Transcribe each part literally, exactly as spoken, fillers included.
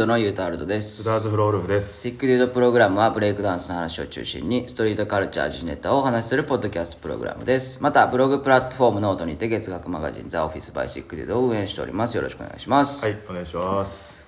のユータワールドです。 スダーズフロールフです。 シックデュードプログラムはブレイクダンスの話を中心にストリートカルチャー時事ネタをお話しするポッドキャストプログラムです。またブログプラットフォームノートにて月額マガジンザオフィスバイシックデュードを運営しております。よろしくお願いします。 はい、お願いします。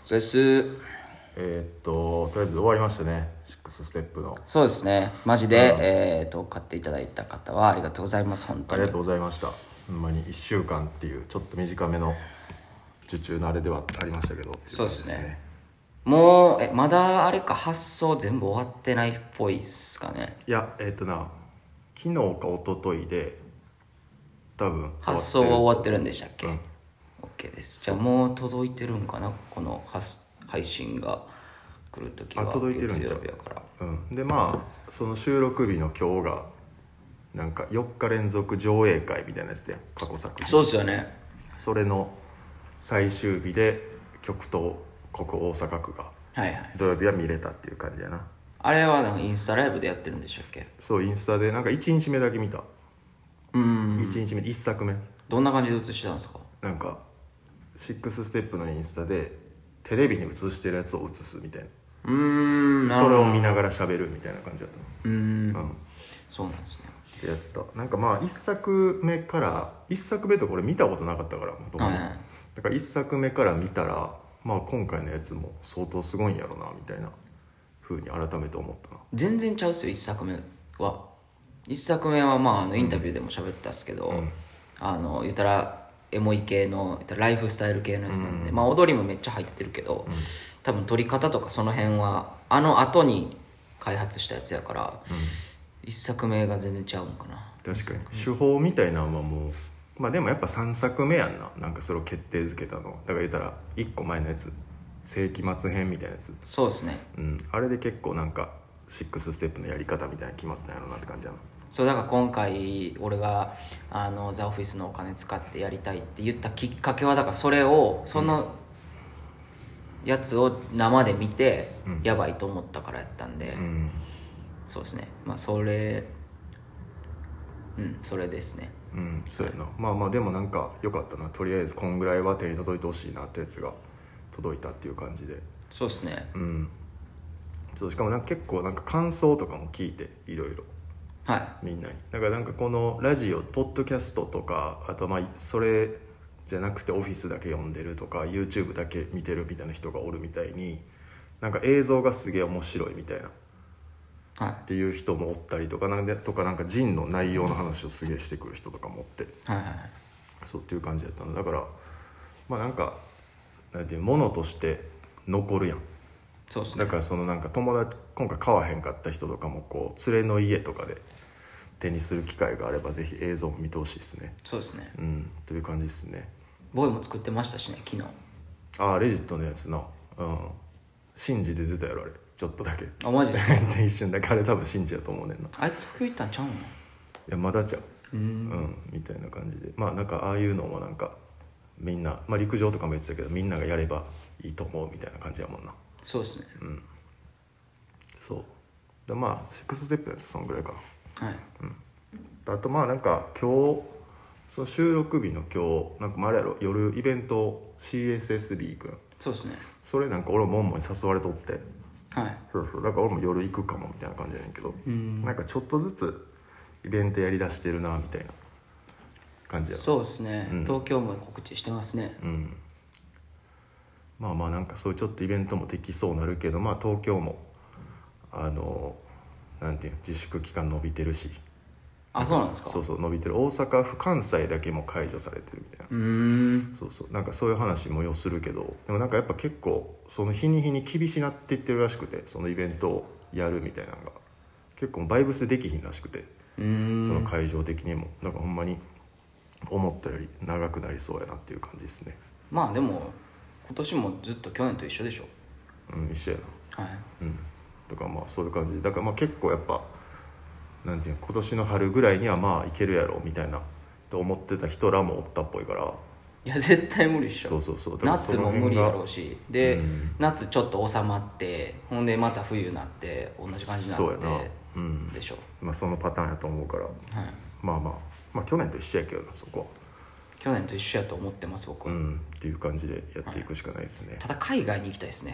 そうです。 えー、っととりあえず終わりましたね、シックスステップの。 そうですね、マジで、うん、えー、っと買っていただいた方はありがとうございます。本当にありがとうございました。ほんまにいっしゅうかんっていうちょっと短めの受注のあれではありましたけど、 そうですね。もうえまだあれか、発送全部終わってないっぽいっすかね。 いや、えー、っとな昨日か一昨日で多分発送は終わってるんでしたっけ？うん、OK です。じゃあもう届いてるんかな、この配信が来るときは。 届いてるんじゃ月曜日やから、 うん、でまあその収録日の今日がなんかよっか連続上映会みたいなやつで、過去作品。 そうですよね。 それの最終日で極東国大阪区が土曜日は見れたっていう感じやな。 あれはなんかインスタライブでやってるんでしたっけ？ そう、インスタでなんかいちにちめだけ見た。うんいちにちめいっさくめどんな感じで映してたんですか？ なんかシックスステップのインスタでテレビに映してるやつを映すみたいな。うーん、それを見ながら喋るみたいな感じだったの。うーん、うん、そうなんですねってやつだ。なんかまあいっさくめからいっさくめとこれ見たことなかったから元々、はい、だからいっさくめから見たら、まあ今回のやつも相当すごいんやろなみたいな風に改めて思ったな。 全然ちゃうっすよ。いっさくめはいっさくめはまああのインタビューでも喋ったっすけど、うん、あの言ったらエモい系の言ったらライフスタイル系のやつなんで、うん、まあ踊りもめっちゃ入ってるけど、うん、多分撮り方とかその辺はあの後に開発したやつやから、うん、いっさくめが全然ちゃうんかな。 確かに手法みたいなのはもうまあでもやっぱさんさくめやんな。なんかそれを決定づけたのだから言ったらいっこまえのやつ、世紀末編みたいなやつ。 そうですね、 うん、あれで結構なんかシックスステップのやり方みたいな決まったんやろなって感じやな。 そうだから今回俺があのザ・オフィスのお金使ってやりたいって言ったきっかけはだからそれをそのやつを生で見てやばいと思ったからやったんで、うん、そうですね。まあそれうんそれですね。 うんそうやな。まあまあでもなんか良かったな。とりあえずこんぐらいは手に届いてほしいなってやつが届いたっていう感じで。 そうですね。 うん。そうしかもなんか結構なんか感想とかも聞いていろいろ。はい、みんなにだからなんかこのラジオポッドキャストとかあとまあそれじゃなくてオフィスだけ読んでるとか YouTube だけ見てるみたいな人がおるみたいに、なんか映像がすげえ面白いみたいな、はい、っていう人もおったりとかなんでとかなんかジンの内容の話をすげえしてくる人とかもおって、はいはいはい、そうっていう感じだったのだからまあなんかなんていうものとして残るやん。そうですね。だからそのなんか友達今回買わへんかった人とかもこう連れの家とかで手にする機会があればぜひ映像も見てほしいですね。 そうですね、 うん、という感じですね。 ボーイも作ってましたしね昨日。 ああレジットのやつな。うんシンジで出てたやろあれちょっとだけ。 あマジですか？ 一瞬だけあれ多分シンジやと思うねんな。 あいつ東京行ったんちゃうの？いやまだちゃう。うん、うん、みたいな感じでまあなんかああいうのもなんかみんな、まあ、陸上とかも言ってたけどみんながやればいいと思うみたいな感じやもんな。 そうですね。うんそうでまあシックスステップのやつそんぐらいかな。はい、うん、あとまあなんか今日その収録日の今日なんかあれやろ夜イベント シーエスエスビー 君。 そうですね。 それなんか俺ももんに誘われとって、はい、そうそうだから俺も夜行くかもみたいな感じやねんけど、うんなんかちょっとずつイベントやりだしてるなみたいな感じやろ。 そうですね、うん、東京も告知してますね。うんまあまあなんかそういうちょっとイベントもできそうなるけどまあ東京もあのなんていう自粛期間伸びてるし。 あそうなんですか？ そうそう伸びてる。大阪府関西だけも解除されてるみたいな。うーんそうそうなんかそういう話もよするけどでもなんかやっぱ結構その日に日に厳しなっていってるらしくてそのイベントをやるみたいなのが結構バイブスできひんらしくてうーんその会場的にもなんかほんまに思ったより長くなりそうやなっていう感じですね。 まあでも今年もずっと去年と一緒でしょ。 うん一緒やな。はいうんだからまあそういう感じだからまあ結構やっぱなんていうの今年の春ぐらいにはまあいけるやろみたいなと思ってた人らもおったっぽいから。 いや絶対無理っしょ。 そうそうそう夏も無理やろうしで、うん、夏ちょっと収まってほんでまた冬になって同じ感じになってそうやな、うん、でしょ。 まあそのパターンやと思うから、はい、まあまあまあ去年と一緒やけどなそこは。 去年と一緒やと思ってます僕は、 うん、っていう感じでやっていくしかないですね、 はい、ただ海外に行きたいですね。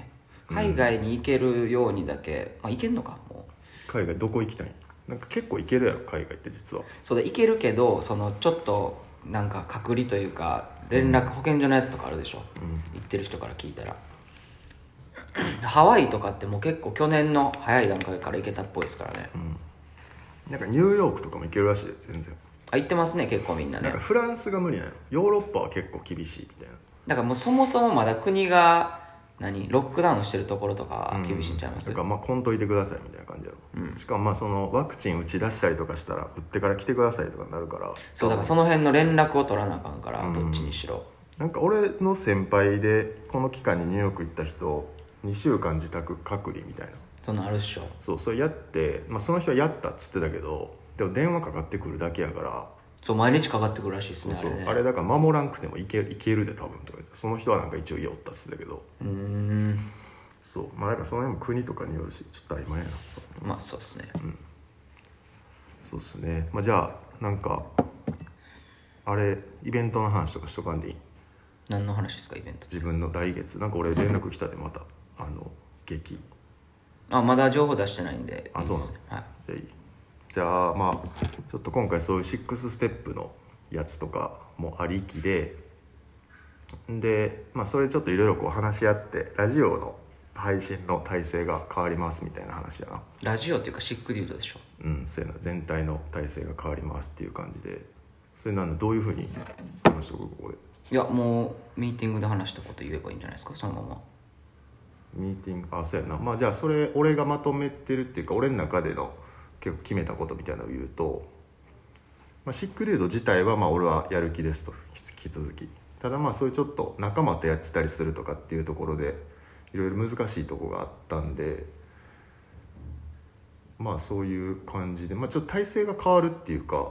海外に行けるようにだけ、まあ行けんのかもう。海外どこ行きたい？なんか結構行けるやろ海外って実は。 そうだ、行けるけどそのちょっとなんか隔離というか連絡、うん、保健所のやつとかあるでしょ、うん、行ってる人から聞いたらハワイとかってもう結構去年の早い段階から行けたっぽいですからね、 うん、なんかニューヨークとかも行けるらしいで全然。 あ、行ってますね結構みんなね。 なんかフランスが無理なの。ヨーロッパは結構厳しいみたいな。 だからもうそもそもまだ国が何ロックダウンしてるところとかは厳しいんちゃいます？ うん、だからまあ来んといてくださいみたいな感じやろ、うん、しかもまあそのワクチン打ち出したりとかしたら打ってから来てくださいとかになるから。 そうだからその辺の連絡を取らなあかんから、うん、どっちにしろ。 なんか俺の先輩でこの期間にニューヨーク行った人にしゅうかん自宅隔離みたいな、 そんなんあるっしょ。 そうそれやって、まあ、その人はやったっつってたけどでも電話かかってくるだけやから。 そう毎日かかってくるらしいですね。 そうそう、 あれね、 あれだから守らんくてもいけるいけるで多分とか言って、その人はなんか一応言おったっつってたけど。 うーん、 そうまあだからその辺も国とかによるしちょっと曖昧やな。 まあそうっすね、 うん、そうっすね。まあじゃあなんかあれイベントの話とかしとかんでいい？ 何の話ですかイベント？ 自分の来月なんか俺連絡来たでまたあの劇。 あ、まだ情報出してないんで。 あ、そうなの、 はい、 でいい。じゃあまあちょっと今回そういうシックスステップのやつとかもありきでで、まあ、それちょっといろいろこう話し合ってラジオの配信の体制が変わりますみたいな話やな。 ラジオっていうかシックデュードでしょ。 うん、そうやな、全体の体制が変わりますっていう感じで。それなのどういうふうに話しとくここで？ いやもうミーティングで話したこと言えばいいんじゃないですかそのまま。 ミーティング、あ、そうやな。まあじゃあそれ俺がまとめてるっていうか俺の中での結構決めたことみたいなのを言うと、まあ、シックデュード自体はまあ俺はやる気ですと引き続き。ただまあそういうちょっと仲間とやってたりするとかっていうところでいろいろ難しいところがあったんで、まあそういう感じで、まあ、ちょっと体制が変わるっていうか、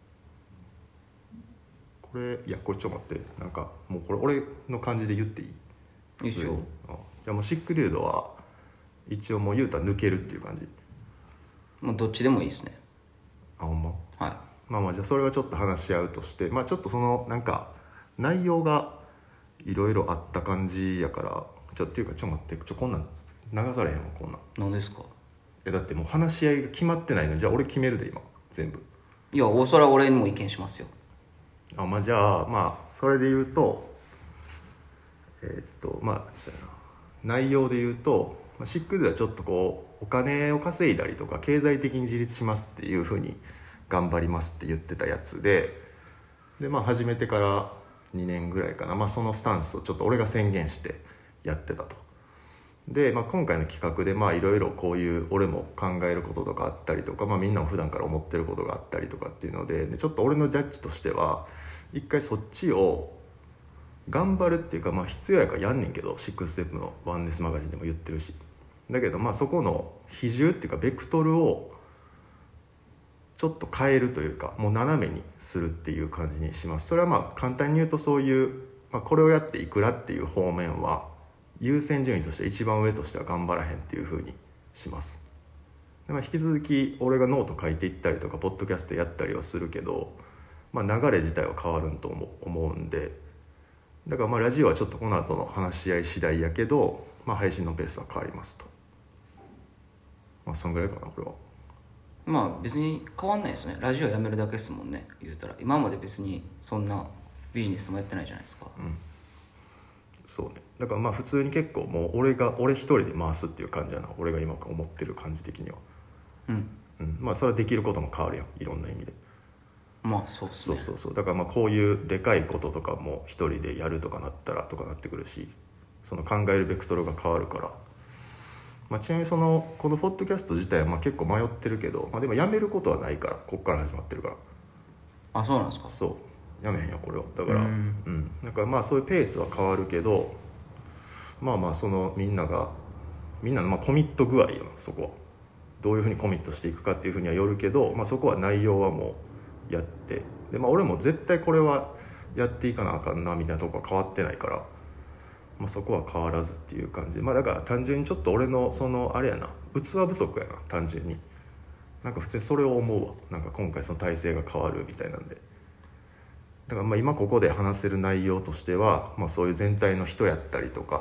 これいやこれちょっと待って、なんかもうこれ俺の感じで言っていい？ いいっすよ。 あ、じゃあもうシックデュードは一応もう言うたら抜けるっていう感じ？ もうどっちでもいいですね。 あ、ほんま？ はい。 まあまあじゃあそれはちょっと話し合うとして、まあちょっとそのなんか内容がいろいろあった感じやから、ちょっていうかちょ待ってちょこんなん流されへんわこんなん。 何ですか？ えだってもう話し合いが決まってないの。じゃあ俺決めるで今全部。 いやそれは俺にも意見しますよ。 あ、まあじゃあまあそれで言うとえー、っとまあそうやな、内容で言うと、まあ、シックではちょっとこうお金を稼いだりとか経済的に自立しますっていうふうに頑張りますって言ってたやつで、でまあ始めてからにねんぐらいかな、まあ、そのスタンスをちょっと俺が宣言してやってたと。で、まあ、今回の企画でまあいろいろこういう俺も考えることとかあったりとか、まあ、みんなも普段から思ってることがあったりとかっていうの で, でちょっと俺のジャッジとしては一回そっちを頑張るっていうか、まあ必要やからやんねんけど、シックスステップのワンネスマガジンでも言ってるし、だけどまあそこの比重っていうかベクトルをちょっと変えるというか、もう斜めにするっていう感じにします。それはまあ簡単に言うとそういう、まあ、これをやっていくらっていう方面は優先順位として一番上としては頑張らへんっていう風にします。で、まあ、引き続き俺がノート書いていったりとかポッドキャストやったりはするけど、まあ、流れ自体は変わるんと思うんで、だからまあラジオはちょっとこの後の話し合い次第やけど、まあ、配信のペースは変わりますと。まあそんぐらいかなこれは。 まあ別に変わんないですね。ラジオやめるだけですもんね言うたら。今まで別にそんなビジネスもやってないじゃないですか。 うん、そうね。だからまあ普通に結構もう俺が俺一人で回すっていう感じやな、俺が今思ってる感じ的には。うん、うん、まあそれはできることも変わるやん、いろんな意味で。 まあそうっすね。 そうそうそう。だからまあこういうでかいこととかも一人でやるとかなったらとかなってくるし、その考えるベクトルが変わるから。まあ、ちなみにそのこのポッドキャスト自体はまあ結構迷ってるけど、まあ、でもやめることはないから、こっから始まってるから。 あ、そうなんですか。 そうやめへんよこれは。だからうん、うん、だからまあそういうペースは変わるけど、まあまあそのみんながみんなのまあコミット具合よな、そこはどういうふうにコミットしていくかっていうふうにはよるけど、まあ、そこは内容はもうやって、で、まあ、俺も絶対これはやっていかなあかんなみたいなとこは変わってないから、まあ、そこは変わらずっていう感じで、まあ、だから単純にちょっと俺のそのあれやな、器不足やな、単純になんか普通にそれを思うわ。なんか今回その体制が変わるみたいなんで、だからまあ今ここで話せる内容としては、まあ、そういう全体の人やったりとか、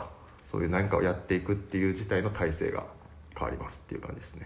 そういう何かをやっていくっていう自体の体制が変わりますっていう感じですね、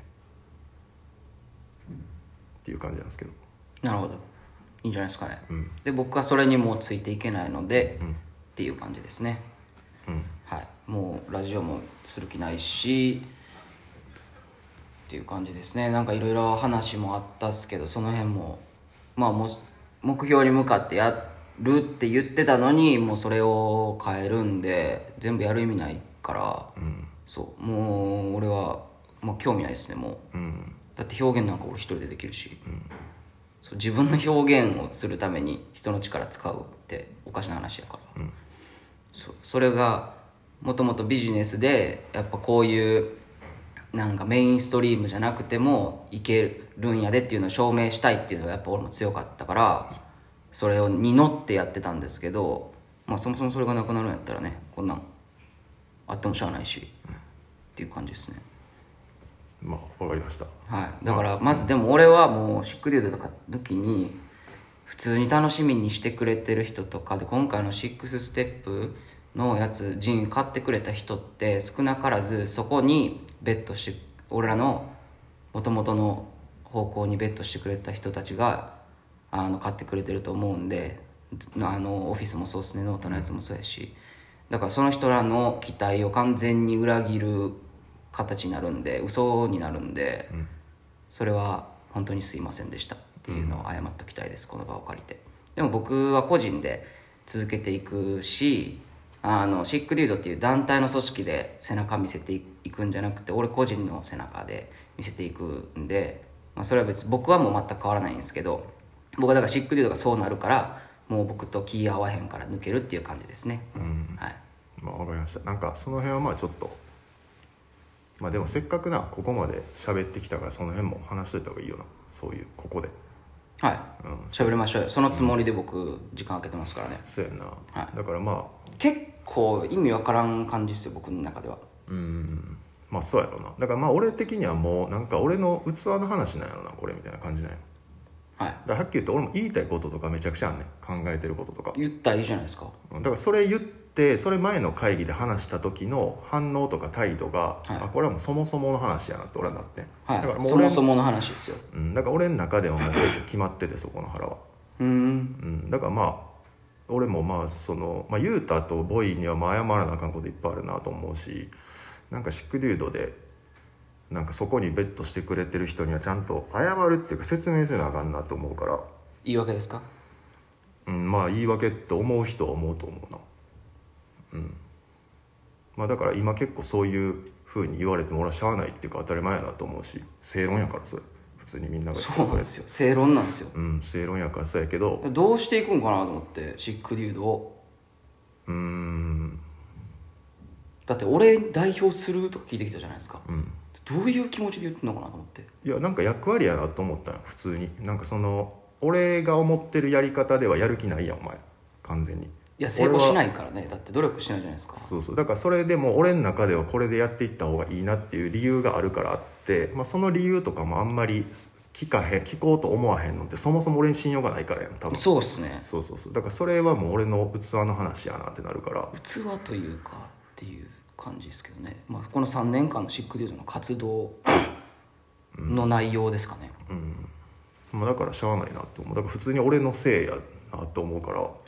っていう感じなんですけど。 なるほど、いいんじゃないですかね、 うん、 で僕はそれにもうついていけないので、うん、っていう感じですね、 うんはい、もうラジオもする気ないしっていう感じですね。なんかいろいろ話もあったっすけど、その辺もまあもう目標に向かってやるって言ってたのに、もうそれを変えるんで全部やる意味ないから、 うん、 そうもう俺はもう興味ないですねもう、うん、だって表現なんか俺一人でできるし、うん、そう自分の表現をするために人の力使うっておかしな話やから、うん、そ, それがもともとビジネスでやっぱこういうなんかメインストリームじゃなくてもいけるんやでっていうのを証明したいっていうのがやっぱ俺も強かったから、それに乗ってやってたんですけど、まあそもそもそれがなくなるんやったらね、こんなんあってもしゃあないし、うん、っていう感じですね。 まあわかりました。 はい、だからまずでも俺はもうシックデュードとか抜きに普通に楽しみにしてくれてる人とかで、今回のシックスステップのやつジン買ってくれた人って少なからずそこにベットして、俺らの元々の方向にベットしてくれた人たちがあの買ってくれてると思うんで、あのオフィスもそうですね、ノートのやつもそうやし、だからその人らの期待を完全に裏切る形になるんで、嘘になるんで、うん、それは本当にすいませんでしたっていうのを謝っておきたいです、この場を借りて。でも僕は個人で続けていくし、あのシックデュードっていう団体の組織で背中見せていくんじゃなくて、俺個人の背中で見せていくんで、まあ、それは別に僕はもう全く変わらないんですけど、僕はだからシックデュードがそうなるからもう僕と気合わへんから抜けるっていう感じですね、 うん、はい、まあ、分かりました。なんかその辺はまあちょっと、まあでもせっかくなここまで喋ってきたから、その辺も話しといた方がいいよな、そういうここで。 はい、うん、喋りましょうよ。そのつもりで僕時間空けてますからね、 うん、そうやな、 はい、 だからまあ結構意味わからん感じですよ僕の中では。 うん、まあそうやろな。だからまあ俺的にはもうなんか俺の器の話なんやろなこれみたいな感じなんや。はい、だからはっきり言って俺も言いたいこととかめちゃくちゃあんねん、考えてることとか。 言ったらいいじゃないですか。 だからそれ言ってそれ前の会議で話した時の反応とか態度が、はい、あこれはもうそもそもの話やなって俺はなってん、 はい、だからもうそもそもの話ですよ、 うん、だから俺の中ではもう決まっててそこの腹はうん、うん、だからまあ俺もまあその、まあ、ユータとボイにはまあ謝らなあかんこといっぱいあるなと思うし、なんかシックデュードでなんかそこにベットしてくれてる人にはちゃんと謝るっていうか説明せなあかんなと思うから。 言い訳ですか？ うん、まあ言い訳って思う人は思うと思うな。うん、まあだから今結構そういう風に言われても俺はしゃあないっていうか当たり前やなと思うし、正論やからそれ普通にみんなが言ってそうなんですよ、正論なんですよ。 うん正論やからそうやけど、 どうしていくんかなと思ってシックデュードを。 うーんだって俺代表するとか聞いてきたじゃないですか、 うん、 どういう気持ちで言ってんのかなと思って。 いやなんか役割やなと思ったよ普通に。なんかその俺が思ってるやり方ではやる気ないやんお前完全に。 いや成功しないからね、だって努力しないじゃないですか。 そうそう、だからそれでも俺の中ではこれでやっていった方がいいなっていう理由があるからあって、まあ、その理由とかもあんまり聞かへん聞こうと思わへんのってそもそも俺に信用がないからやん多分。 そうっすね。 そうそうそう、だからそれはもう俺の器の話やなってなるから。器というかっていう感じですけどね、まあ、このさんねんかんのシックデュードの活動の内容ですかね。 うん、うん、まあ、だからしゃあないなって思う。だから普通に俺のせいやなと思うから、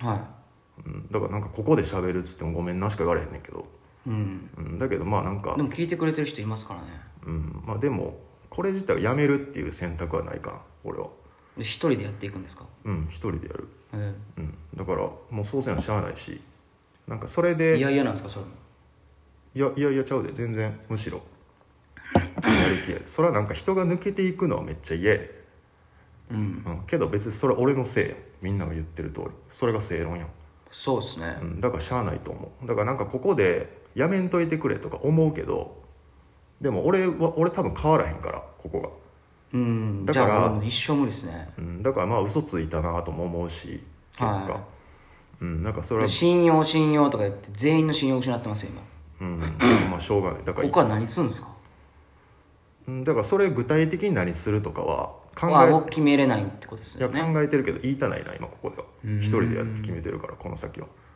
はい、うん、だからなんかここで喋るっつってもごめんなしか言われへんねんけど、うんうん、だけどまあなんかでも聞いてくれてる人いますからね。 うん、まあでもこれ自体をやめるっていう選択はないかな俺は。 で一人でやっていくんですか？ うん一人でやる、えーうん、だからもうそうせなしゃあないし、なんかそれでいやいやなんですかそれも。 いやいやいやちゃうで全然むしろやる気やで。それはなんか人が抜けていくのはめっちゃ嫌やで、うんうん、けど別にそれ俺のせいやん、みんなが言ってる通りそれが正論やん。 そうですね、 うん、だからしゃあないと思う。だからなんかここでやめんといてくれとか思うけど、でも俺は俺多分変わらへんからここが。 うんだからじゃあもう一生無理ですね、 うん、だからまあ嘘ついたなとも思うし結果、はい、うん、なんかそれは信用信用とか言って全員の信用を失ってますよ今。 うん、まあしょうがない。だからここは何するんですか？ だからそれ具体的に何するとかは考えもう決めれないってことですよね。 いや考えてるけど言いたないな今ここでは。一人でやるって決めてるからこの先は。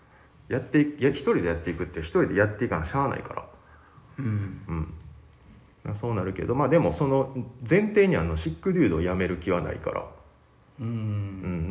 やっていや一人でやっていくって一人でやっていかなしゃあないからうん、 うん、そうなるけど、まあでもその前提にあのシックデュードをやめる気はないから、 うん、うん、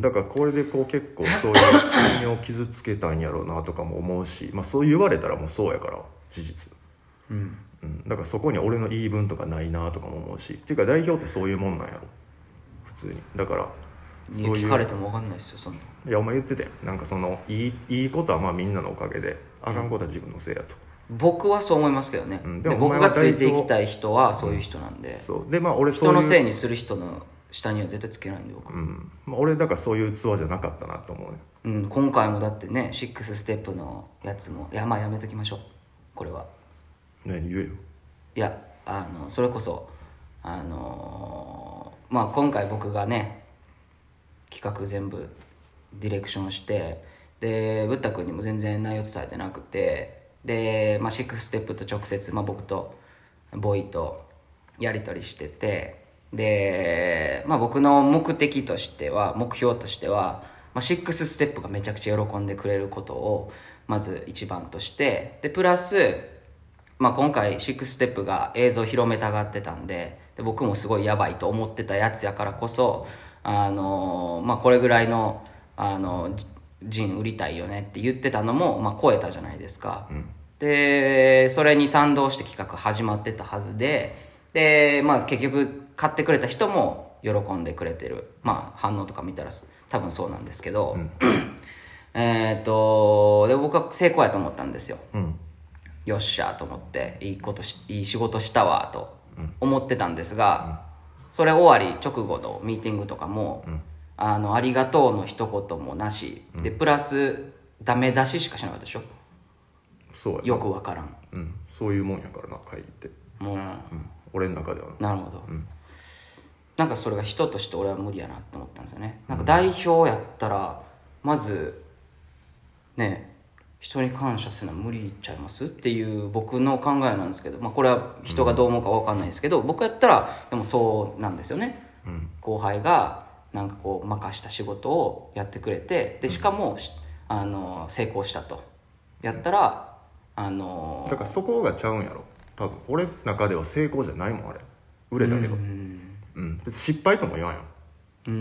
だからこれでこう結構そういう信用を傷つけたんやろうなとかも思うし、まあそう言われたらもうそうやから事実、 うんうん、だからそこに俺の言い分とかないなとかも思うし、っていうか代表ってそういうもんなんやろ普通に。だからそういう聞かれても分かんないですよそんな。 いやお前言ってたよ、なんかそのいいいいことはまあみんなのおかげで、あかんことは自分のせいやと、 僕はそう思いますけどね、 うん、 で僕がついていきたい人はそういう人なんで、うん、 そうでまあ俺そういう人のせいにする人の下には絶対つけないんで僕、 うんまあ、俺だからそういう器じゃなかったなと思うね、 うん、今回もだってねシックスステップのやつもいやまあやめときましょうこれは。 何言えよ。 いやあのそれこそあのー、まあ今回僕がね企画全部ディレクションしてでブッダ君にも全然内容伝えてなくてで、まあ、シックスステップと直接、まあ、僕とボイとやり取りしててで、まあ、僕の目的としては目標としては、まあ、シックスステップがめちゃくちゃ喜んでくれることをまず一番としてでプラス、まあ、今回シックスステップが映像を広めたがってたんで、で僕もすごいやばいと思ってたやつやからこそあの、まあ、これぐらいのあのジン売りたいよねって言ってたのも、まあ、超えたじゃないですか、うん、でそれに賛同して企画始まってたはずでで、まあ、結局買ってくれた人も喜んでくれてる、まあ、反応とか見たら多分そうなんですけど、うん、えっとで僕は成功やと思ったんですよ、うん、よっしゃと思っていいことしいい仕事したわと思ってたんですが、うん、それ終わり直後のミーティングとかも、うん、あのありがとうの一言もなし、うん、でプラスダメ出ししかしなかったでしょ。 そうやよくわからん、 うん、そういうもんやからな会議ってもう、うん、俺の中ではなるほど、うん、なんかそれが人として俺は無理やなって思ったんですよね。なんか代表やったらまずね人に感謝するのは無理ちゃいますっていう僕の考えなんですけど、まあ、これは人がどう思うか分かんないですけど、うん、僕やったらでもそうなんですよね、うん、後輩がなんかこう任した仕事をやってくれてでしかも、うん、あの成功したとやったら、あのー、 だからそこがちゃうんやろ多分。俺の中では成功じゃないもんあれ売れたけど、うんうん、別に失敗とも言わんよ。うん、うん、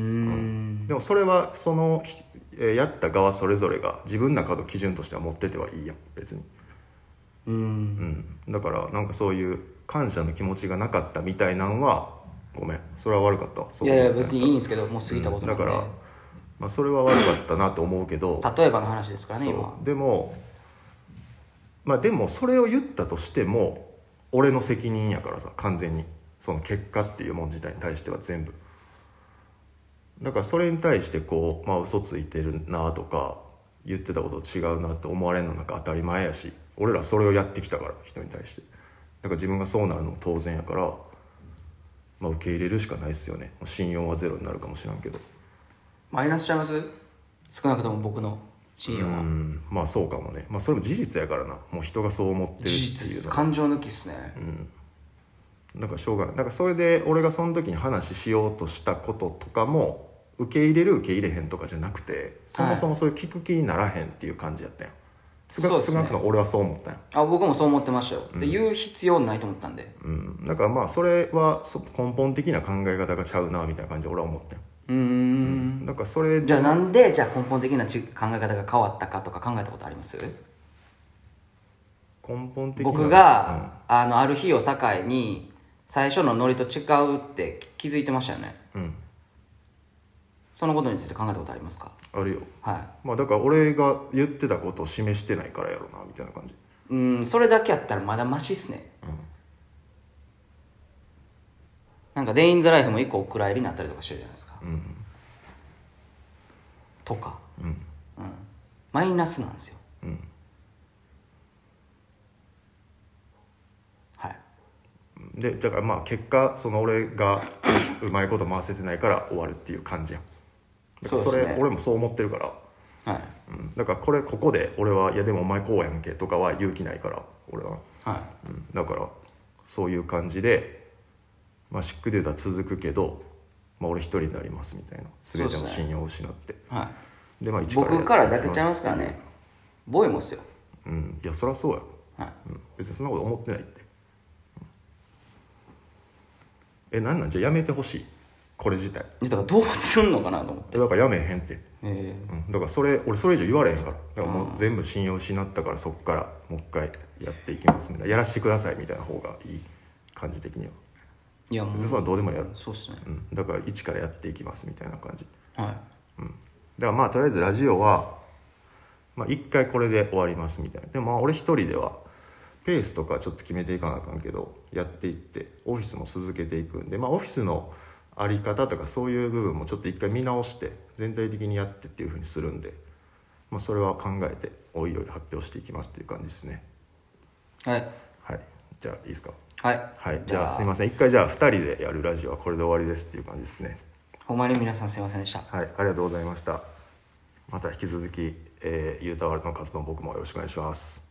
でもそれはそのやった側それぞれが自分の中の基準としては持っててはいいやん別に、うん、うん、だからなんかそういう感謝の気持ちがなかったみたいなんはごめんそれは悪かったわ。 いやいや別にいいんですけどもう過ぎたことなんで、 うん、だから、まあ、それは悪かったなと思うけど例えばの話ですからね今。 でもまあでもそれを言ったとしても俺の責任やからさ完全にその結果っていうもん自体に対しては全部だからそれに対してこう、まあ、嘘ついてるなとか言ってたこと違うなって思われるのなんか当たり前やし俺らそれをやってきたから人に対してだから自分がそうなるのも当然やから、まあ、受け入れるしかないですよね。信用はゼロになるかもしれんけどマイナスちゃいます？少なくとも僕の信用は。 うんまあそうかもね、まあ、それも事実やからなもう人がそう思ってるっていう事実感情抜きっすね。 うんだからしょうがない。だからそれで俺がその時に話しようとしたこととかも受け入れる受け入れへんとかじゃなくてそもそもそういう聞く気にならへんっていう感じやったやん。少なくとも俺はそう思ったんや。 あ僕もそう思ってましたよ、うん、で言う必要ないと思ったんで、 うん、だからまあそれは根本的な考え方がちゃうなみたいな感じで俺は思ったんや。うーん、うん、だからそれじゃあなんでじゃあ根本的なち考え方が変わったかとか考えたことあります？ 根本的な僕が、うん、あのある日を境に最初のノリと違うって気づいてましたよね。うんそのことについて考えたことありますか？ あるよ。 はい。 まあだから俺が言ってたことを示してないからやろなみたいな感じ。 うんそれだけやったらまだマシっすね。うん、なんかデインズライフも一個お蔵入りになったりとかしてるじゃないですか。うん、とか、うんうん、マイナスなんですよ。うん、はい。 でだからまあ結果その俺がうまいこと回せてないから終わるっていう感じやん。だからそれ、ね、俺もそう思ってるから、はいうん、だからこれここで俺はいやでもお前こうやんけとかは勇気ないから俺は、はいうん、だからそういう感じで、まあ、シックデューダー続くけど、まあ、俺一人になりますみたいな全ての信用を失って、ねはい、 でまあ、一から僕からだけちゃいますからね。 ボエモっすよ。 うんいやそりゃそうやろ、 はいうん、別にそんなこと思ってないって、うん、えなんなんじゃやめてほしいこれ自体。 だからどうすんのかなと思ってだからやめへんって、 えーうん、だからそれ俺それ以上言われへんからだからもう全部信用失ったからそっからもう一回やっていきますみたいなやらしてくださいみたいな方がいい感じ的には。 いやもう別にそれはどうでもやるそうっすね、 うん、だから一からやっていきますみたいな感じ、 はい、 うん、だからまあとりあえずラジオはまあ一回これで終わりますみたいな。でもまあ俺一人ではペースとかちょっと決めていかなあかんけどやっていってオフィスも続けていくんで、まあオフィスのあり方とかそういう部分もちょっと一回見直して全体的にやってっていうふうにするんで、まあ、それは考えておいおい発表していきますっていう感じですね。 はいはいじゃあいいですか。 はい、 はい、じゃあすいません一回じゃあふたりでやるラジオはこれで終わりですっていう感じですね。 ほんまに皆さんすいませんでした。 はいありがとうございました。また引き続き、えー、ユータワールドの活動僕もよろしくお願いします。